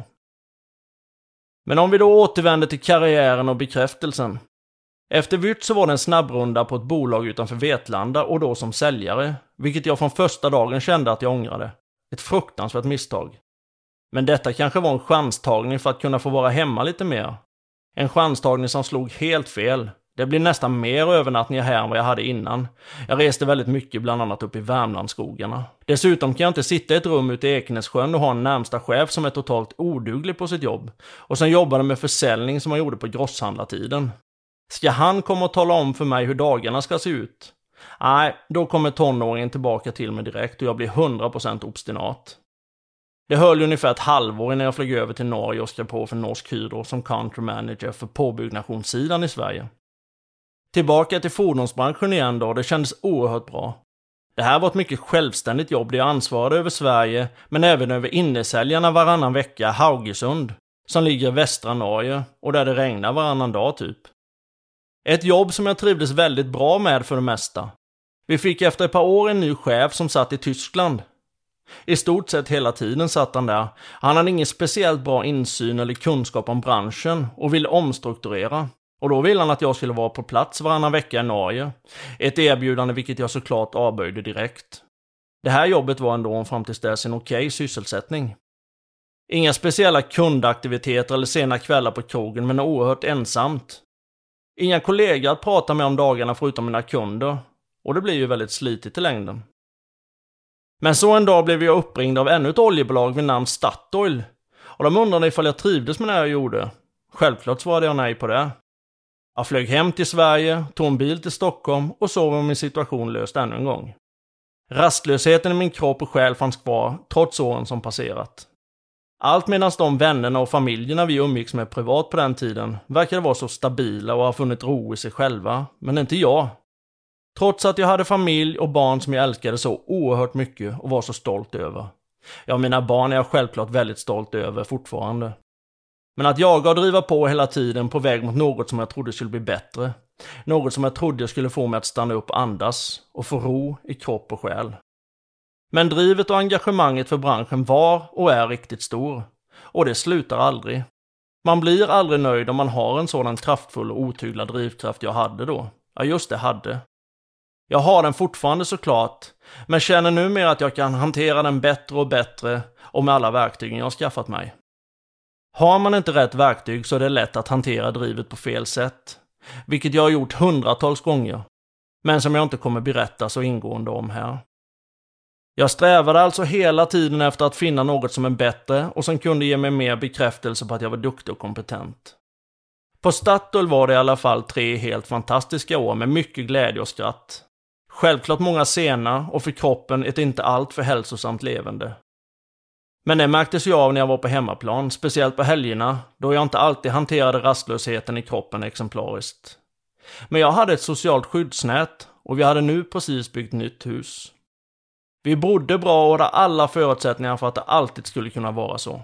Men om vi då återvänder till karriären och bekräftelsen. Efter Vyrt så var det en snabbrunda på ett bolag utanför Vetlanda och då som säljare, vilket jag från första dagen kände att jag ångrade. Ett fruktansvärt misstag. Men detta kanske var en chanstagning för att kunna få vara hemma lite mer. En chanstagning som slog helt fel. Det blir nästan mer övernattningar här än vad jag hade innan. Jag reste väldigt mycket, bland annat upp i Värmlandsskogarna. Dessutom kan jag inte sitta i ett rum ute i Ekenässjön och ha en närmsta chef som är totalt oduglig på sitt jobb. Och som jobbade med försäljning som han gjorde på grosshandlartiden. Ska han komma och tala om för mig hur dagarna ska se ut? Nej, då kommer tonåringen tillbaka till mig direkt och jag blir hundra procent obstinat. Det höll ungefär ett halvår innan jag flög över till Norge och skrev på för Norsk Hydro som country manager för påbyggnadssidan i Sverige. Tillbaka till fordonsbranschen igen då, det kändes oerhört bra. Det här var ett mycket självständigt jobb där jag ansvarade över Sverige men även över innesäljarna varannan vecka Haugesund som ligger i västra Norge och där det regnar varannan dag typ. Ett jobb som jag trivdes väldigt bra med för det mesta. Vi fick efter ett par år en ny chef som satt i Tyskland. I stort sett hela tiden satt han där. Han hade ingen speciellt bra insyn eller kunskap om branschen och ville omstrukturera. Och då ville han att jag skulle vara på plats varannan vecka i Norge. Ett erbjudande vilket jag såklart avböjde direkt. Det här jobbet var ändå fram tills dess en okej sysselsättning. Inga speciella kundaktiviteter eller sena kvällar på krogen men oerhört ensamt. Inga kollegor att prata med om dagarna förutom mina kunder. Och det blir ju väldigt slitigt i längden. Men så en dag blev jag uppringd av ännu ett oljebolag vid namn Statoil. Och de undrade ifall jag trivdes med det jag gjorde. Självklart svarade jag nej på det. Jag flög hem till Sverige, tog en bil till Stockholm och såg om min situation löst ännu en gång. Rastlösheten i min kropp och själ fanns kvar trots åren som passerat. Allt medan de vännerna och familjerna vi umgicks med privat på den tiden verkade vara så stabila och ha funnit ro i sig själva, men inte jag. Trots att jag hade familj och barn som jag älskade så oerhört mycket och var så stolt över. Ja, mina barn är jag självklart väldigt stolt över fortfarande. Men att jaga och driva på hela tiden på väg mot något som jag trodde skulle bli bättre. Något som jag trodde jag skulle få mig att stanna upp och andas och få ro i kropp och själ. Men drivet och engagemanget för branschen var och är riktigt stor. Och det slutar aldrig. Man blir aldrig nöjd om man har en sådan kraftfull och otyglad drivkraft jag hade då. Ja, just det, hade. Jag har den fortfarande såklart, men känner numera att jag kan hantera den bättre och bättre och med alla verktygen jag har skaffat mig. Har man inte rätt verktyg så är det lätt att hantera drivet på fel sätt. vilket jag har gjort hundratals gånger, men som jag inte kommer berätta så ingående om här. Jag strävade alltså hela tiden efter att finna något som är bättre och som kunde ge mig mer bekräftelse på att jag var duktig och kompetent. På Statoil var det i alla fall tre helt fantastiska år med mycket glädje och skratt. Självklart många sena och för kroppen ett inte allt för hälsosamt levande. Men det märktes ju av när jag var på hemmaplan, speciellt på helgerna, då jag inte alltid hanterade rastlösheten i kroppen exemplariskt. Men jag hade ett socialt skyddsnät och vi hade nu precis byggt nytt hus. Vi bodde bra och hade alla förutsättningar för att det alltid skulle kunna vara så.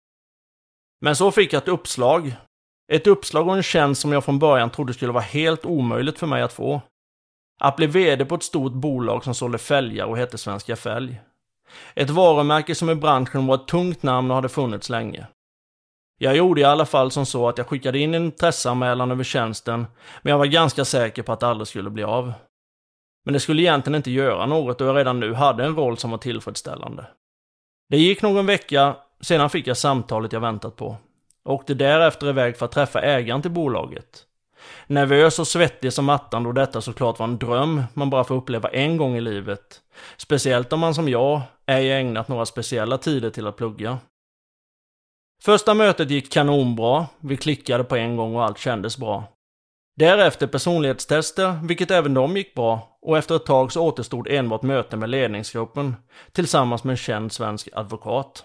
Men så fick jag ett uppslag. Ett uppslag och en tjänst som jag från början trodde skulle vara helt omöjligt för mig att få. Att bli vd på ett stort bolag som sålde fälgar och hette Svenska Fälg. Ett varumärke som i branschen var ett tungt namn och hade funnits länge. Jag gjorde i alla fall som så att jag skickade in en intresseanmälan över tjänsten, men jag var ganska säker på att det aldrig skulle bli av. Men det skulle egentligen inte göra något och jag redan nu hade en roll som var tillfredsställande. Det gick någon vecka, sedan fick jag samtalet jag väntat på. Och åkte därefter iväg för att träffa ägaren till bolaget. Nervös och svettig som attan då detta såklart var en dröm man bara får uppleva en gång i livet. Speciellt om man som jag ej ägnat några speciella tider till att plugga. Första mötet gick kanonbra, vi klickade på en gång och allt kändes bra. Därefter personlighetstester, vilket även de gick bra, och efter ett tag så återstod enbart möte med ledningsgruppen tillsammans med en känd svensk advokat.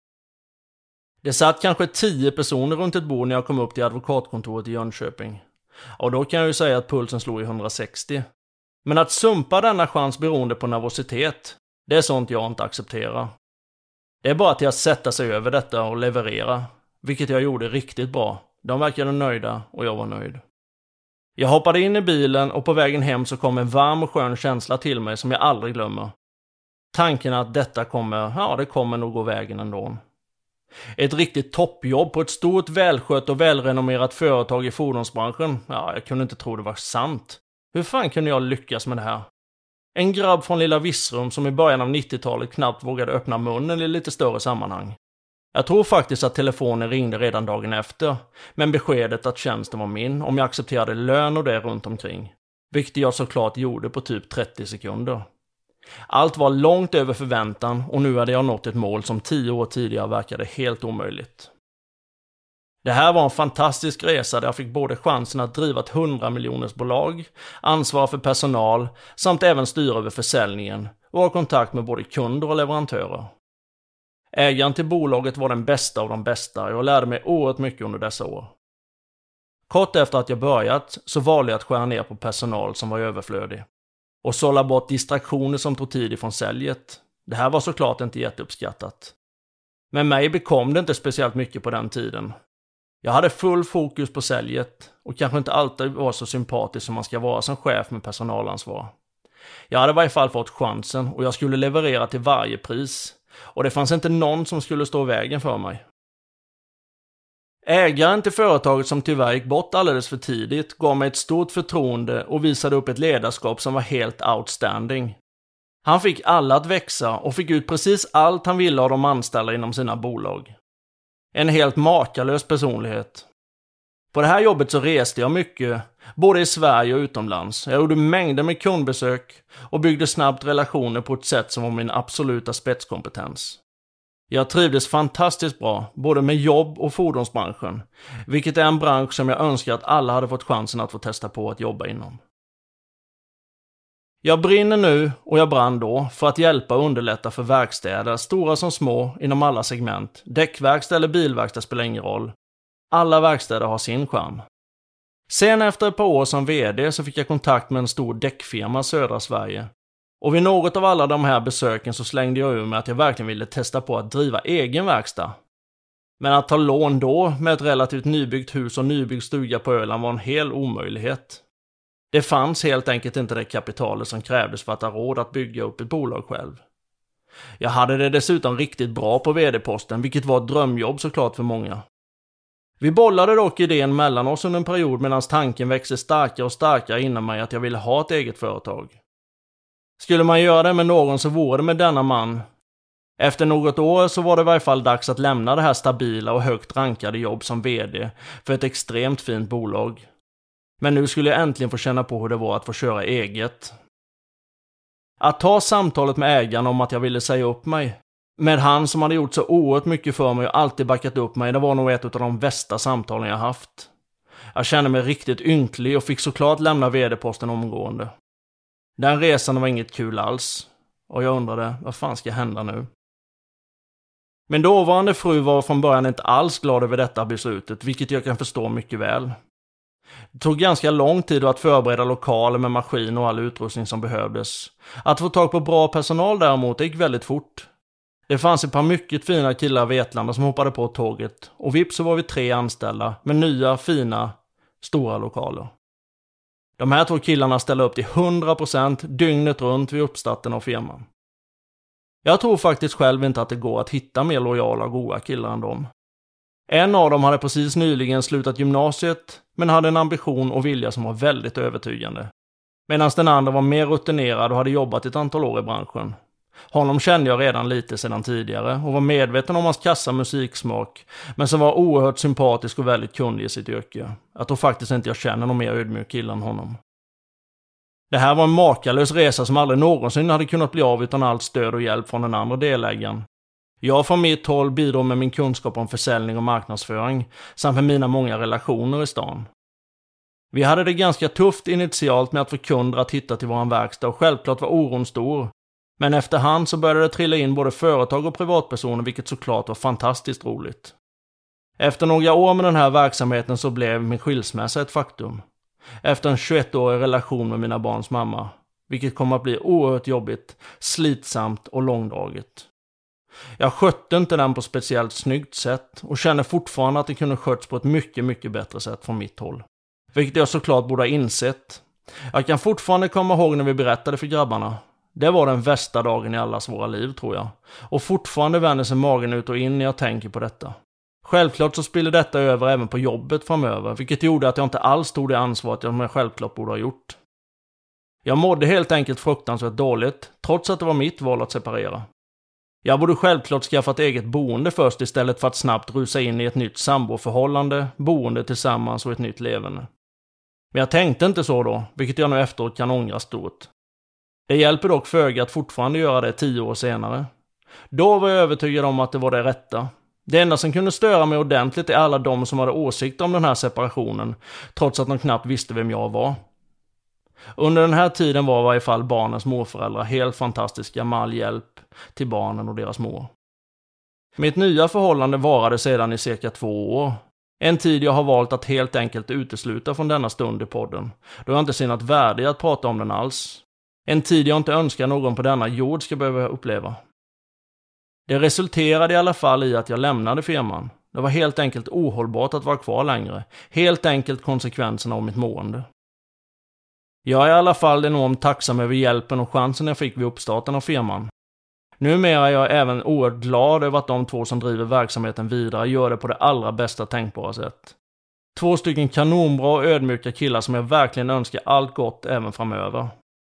Det satt kanske tio personer runt ett bord när jag kom upp till advokatkontoret i Jönköping. Och då kan jag ju säga att pulsen slog i hundrasextio. Men att sumpa denna chans beroende på nervositet, det är sånt jag inte accepterar. Det är bara till att sätta sig över detta och leverera, vilket jag gjorde riktigt bra. De verkade nöjda och jag var nöjd. Jag hoppade in i bilen och på vägen hem så kom en varm och skön känsla till mig som jag aldrig glömmer. Tanken att detta kommer, ja det kommer nog gå vägen ändå. Ett riktigt toppjobb på ett stort, välskött och välrenommerat företag i fordonsbranschen. Ja, jag kunde inte tro det var sant. Hur fan kunde jag lyckas med det här? En grabb från lilla Vissrum som i början av nittiotalet knappt vågade öppna munnen i lite större sammanhang. Jag tror faktiskt att telefonen ringde redan dagen efter, men beskedet att tjänsten var min om jag accepterade lön och det runt omkring. Vilket jag såklart gjorde på typ trettio sekunder. Allt var långt över förväntan och nu hade jag nått ett mål som tio år tidigare verkade helt omöjligt. Det här var en fantastisk resa där jag fick både chansen att driva ett hundra miljoners bolag, ansvara för personal samt även styra över försäljningen och ha kontakt med både kunder och leverantörer. Ägaren till bolaget var den bästa av de bästa och jag lärde mig oerhört mycket under dessa år. Kort efter att jag börjat så valde jag att skära ner på personal som var överflödig och sålla bort distraktioner som tog tid ifrån säljet. Det här var såklart inte jätteuppskattat. Men mig bekom det inte speciellt mycket på den tiden. Jag hade full fokus på säljet och kanske inte alltid var så sympatisk som man ska vara som chef med personalansvar. Jag hade i varje fall fått chansen och jag skulle leverera till varje pris. Och det fanns inte någon som skulle stå i vägen för mig. Ägaren till företaget som tyvärr gick bort alldeles för tidigt gav mig ett stort förtroende och visade upp ett ledarskap som var helt outstanding. Han fick alla att växa och fick ut precis allt han ville av de anställda inom sina bolag. En helt makalös personlighet. På det här jobbet så reste jag mycket, både i Sverige och utomlands. Jag gjorde mängder med kundbesök och byggde snabbt relationer på ett sätt som var min absoluta spetskompetens. Jag trivdes fantastiskt bra, både med jobb och fordonsbranschen, vilket är en bransch som jag önskar att alla hade fått chansen att få testa på att jobba inom. Jag brinner nu, och jag brann då, för att hjälpa och underlätta för verkstäder, stora som små, inom alla segment. Däckverkstad eller bilverkstad spelar ingen roll. Alla verkstäder har sin charm. Sen efter ett par år som vd så fick jag kontakt med en stor däckfirma i södra Sverige. Och vid något av alla de här besöken så slängde jag ur mig att jag verkligen ville testa på att driva egen verkstad. Men att ta lån då med ett relativt nybyggt hus och nybyggd stuga på Öland var en hel omöjlighet. Det fanns helt enkelt inte det kapitalet som krävdes för att ha råd att bygga upp ett bolag själv. Jag hade det dessutom riktigt bra på vd-posten, vilket var ett drömjobb såklart för många. Vi bollade dock idén mellan oss under en period medan tanken växte starkare och starkare inom mig att jag ville ha ett eget företag. Skulle man göra det med någon så vore det med denna man. Efter något år så var det i varje fall dags att lämna det här stabila och högt rankade jobb som vd för ett extremt fint bolag. Men nu skulle jag äntligen få känna på hur det var att få köra eget. Att ta samtalet med ägaren om att jag ville säga upp mig, med han som hade gjort så oerhört mycket för mig och alltid backat upp mig, det var nog ett av de bästa samtalen jag haft. Jag kände mig riktigt ynklig och fick såklart lämna vd-posten omgående. Den resan var inget kul alls. Och jag undrade, vad fan ska hända nu? Min dåvarande fru var från början inte alls glad över detta beslutet, vilket jag kan förstå mycket väl. Det tog ganska lång tid att förbereda lokaler med maskin och all utrustning som behövdes. Att få tag på bra personal däremot gick väldigt fort. Det fanns ett par mycket fina killar i Vetlanda som hoppade på tåget, och vips så var vi tre anställda med nya, fina, stora lokaler. De här två killarna ställde upp till hundra procent dygnet runt vid uppstarten av firman. Jag tror faktiskt själv inte att det går att hitta mer lojala och goda killar än dem. En av dem hade precis nyligen slutat gymnasiet, men hade en ambition och vilja som var väldigt övertygande. Medan den andra var mer rutinerad och hade jobbat ett antal år i branschen. Honom kände jag redan lite sedan tidigare och var medveten om hans kassa musiksmak, men som var oerhört sympatisk och väldigt kunnig i sitt yrke. Jag tror faktiskt inte jag känner någon mer ödmjuk kille än honom. Det här var en makalös resa som aldrig någonsin hade kunnat bli av utan allt stöd och hjälp från den andra delägaren. Jag från mitt håll bidrog med min kunskap om försäljning och marknadsföring samt med mina många relationer i stan. Vi hade det ganska tufft initialt med att få kunder att hitta till våran verkstad och självklart var oron stor. Men efterhand så började det trilla in både företag och privatpersoner, vilket såklart var fantastiskt roligt. Efter några år med den här verksamheten så blev min skilsmässa ett faktum. Efter en tjugoettårig relation med mina barns mamma, vilket kommer att bli oerhört jobbigt, slitsamt och långdraget. Jag skötte inte den på speciellt snyggt sätt och känner fortfarande att det kunde sköts på ett mycket, mycket bättre sätt från mitt håll. Vilket jag såklart borde ha insett. Jag kan fortfarande komma ihåg när vi berättade för grabbarna. Det var den värsta dagen i allas våra liv, tror jag. Och fortfarande vänder sig magen ut och in när jag tänker på detta. Självklart så spiller detta över även på jobbet framöver, vilket gjorde att jag inte alls tog det ansvaret jag självklart borde ha gjort. Jag mådde helt enkelt fruktansvärt dåligt, trots att det var mitt val att separera. Jag borde självklart skaffa ett eget boende först istället för att snabbt rusa in i ett nytt samboförhållande, boende tillsammans och ett nytt levande. Men jag tänkte inte så då, vilket jag nu efteråt kan ångra stort. Det hjälper dock föga att fortfarande göra det tio år senare. Då var jag övertygad om att det var det rätta. Det enda som kunde störa mig ordentligt är alla de som hade åsikter om den här separationen, trots att de knappt visste vem jag var. Under den här tiden var i varje fall barnens morföräldrar helt fantastiska med all hjälp till barnen och deras mor. Mitt nya förhållande varade sedan i cirka två år. En tid jag har valt att helt enkelt utesluta från denna stund i podden, då jag inte ser något värde i att prata om den alls. En tid jag inte önskar någon på denna jord ska behöva uppleva. Det resulterade i alla fall i att jag lämnade firman. Det var helt enkelt ohållbart att vara kvar längre. Helt enkelt konsekvenserna av mitt mående. Jag är i alla fall enormt tacksam över hjälpen och chansen jag fick vid uppstarten av firman. Numera är jag även oerhört glad över att de två som driver verksamheten vidare gör det på det allra bästa tänkbara sätt. Två stycken kanonbra och ödmjuka killar som jag verkligen önskar allt gott även framöver.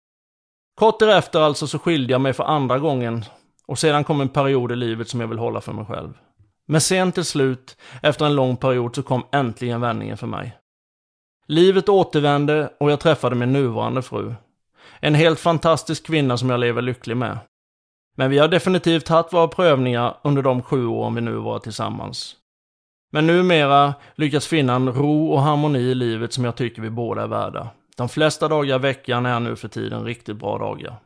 Kort därefter alltså så skilde jag mig för andra gången och sedan kom en period i livet som jag vill hålla för mig själv. Men sen till slut, efter en lång period, så kom äntligen vändningen för mig. Livet återvände och jag träffade min nuvarande fru. En helt fantastisk kvinna som jag lever lycklig med. Men vi har definitivt haft våra prövningar under de sju år vi nu var tillsammans. Men numera lyckas finna en ro och harmoni i livet som jag tycker vi båda är värda. De flesta dagar i veckan är nu för tiden riktigt bra dagar.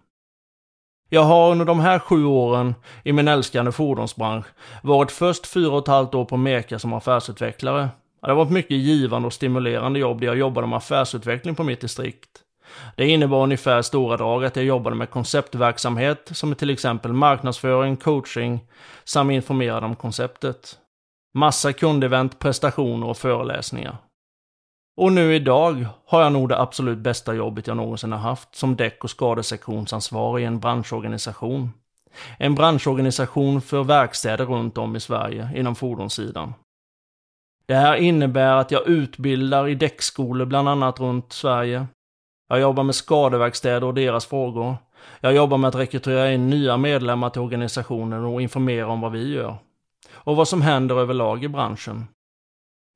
Jag har under de här sju åren i min älskande fordonsbransch varit först fyra och ett halvt år på Meka som affärsutvecklare. Det var ett mycket givande och stimulerande jobb där jag jobbade med affärsutveckling på mitt distrikt. Det innebar ungefär stora drag att jag jobbade med konceptverksamhet som till exempel marknadsföring, coaching samt informerade om konceptet. Massa kundevent, prestationer och föreläsningar. Och nu idag har jag nog det absolut bästa jobbet jag någonsin har haft som däck- och skadesektionsansvarig i en branschorganisation. En branschorganisation för verkstäder runt om i Sverige inom fordonssidan. Det här innebär att jag utbildar i däckskolor bland annat runt Sverige. Jag jobbar med skadeverkstäder och deras frågor. Jag jobbar med att rekrytera in nya medlemmar till organisationen och informera om vad vi gör. Och vad som händer överlag i branschen.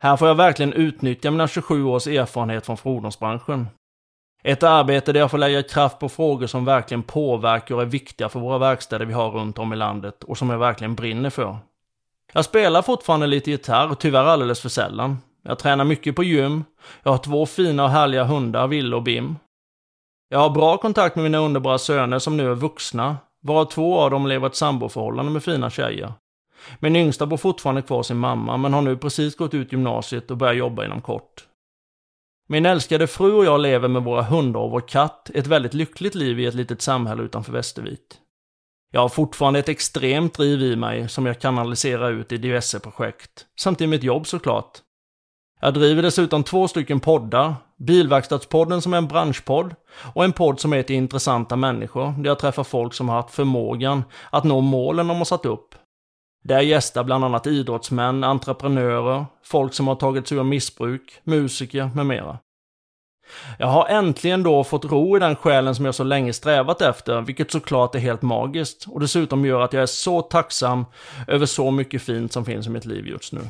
Här får jag verkligen utnyttja mina tjugosju års erfarenhet från fordonsbranschen. Ett arbete där jag får lägga kraft på frågor som verkligen påverkar och är viktiga för våra verkstäder vi har runt om i landet och som jag verkligen brinner för. Jag spelar fortfarande lite gitarr, tyvärr alldeles för sällan. Jag tränar mycket på gym. Jag har två fina och härliga hundar, Ville och Bim. Jag har bra kontakt med mina underbara söner som nu är vuxna, varav två av dem lever ett samboförhållande med fina tjejer. Min yngsta bor fortfarande kvar sin mamma, men har nu precis gått ut gymnasiet och börjar jobba inom kort. Min älskade fru och jag lever med våra hundar och vår katt ett väldigt lyckligt liv i ett litet samhälle utanför Västervik. Jag har fortfarande ett extremt driv i mig som jag kanaliserar ut i diverse projekt, samt i mitt jobb såklart. Jag driver dessutom två stycken poddar, Bilverkstadspodden som är en branschpodd och en podd som är till intressanta människor där jag träffar folk som har haft förmågan att nå målen de har satt upp. Där gästar bland annat idrottsmän, entreprenörer, folk som har tagit sig ur missbruk, musiker med mera. Jag har äntligen då fått ro i den själen som jag så länge strävat efter, vilket såklart är helt magiskt och dessutom gör att jag är så tacksam över så mycket fint som finns i mitt liv just nu.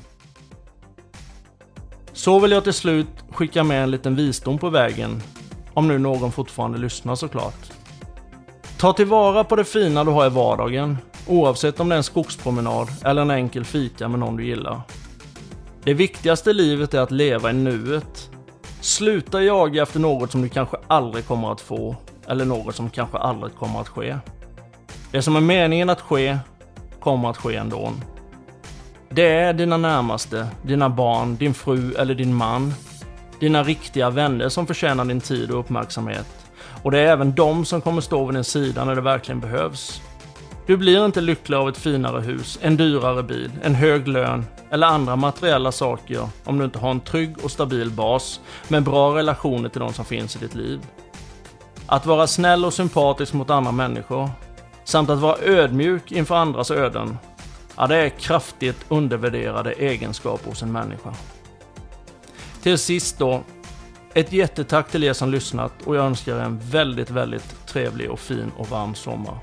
Så vill jag till slut skicka med en liten visdom på vägen, om nu någon fortfarande lyssnar såklart. Ta tillvara på det fina du har i vardagen, oavsett om det är en skogspromenad eller en enkel fika med någon du gillar. Det viktigaste i livet är att leva i nuet. Sluta jaga efter något som du kanske aldrig kommer att få, eller något som kanske aldrig kommer att ske. Det som är meningen att ske, kommer att ske ändå. Det är dina närmaste, dina barn, din fru eller din man, dina riktiga vänner som förtjänar din tid och uppmärksamhet. Och det är även de som kommer stå vid din sida när det verkligen behövs. Du blir inte lycklig av ett finare hus, en dyrare bil, en hög lön eller andra materiella saker om du inte har en trygg och stabil bas med bra relationer till de som finns i ditt liv. Att vara snäll och sympatisk mot andra människor samt att vara ödmjuk inför andras öden, ja, det är kraftigt undervärderade egenskaper hos en människa. Till sist då, ett jättetack till er som lyssnat och jag önskar er en väldigt, väldigt trevlig och fin och varm sommar.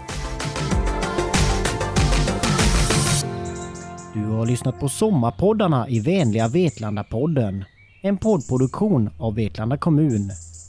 Du har lyssnat på Sommarpoddarna i vänliga Vetlanda-podden. En poddproduktion av Vetlanda kommun.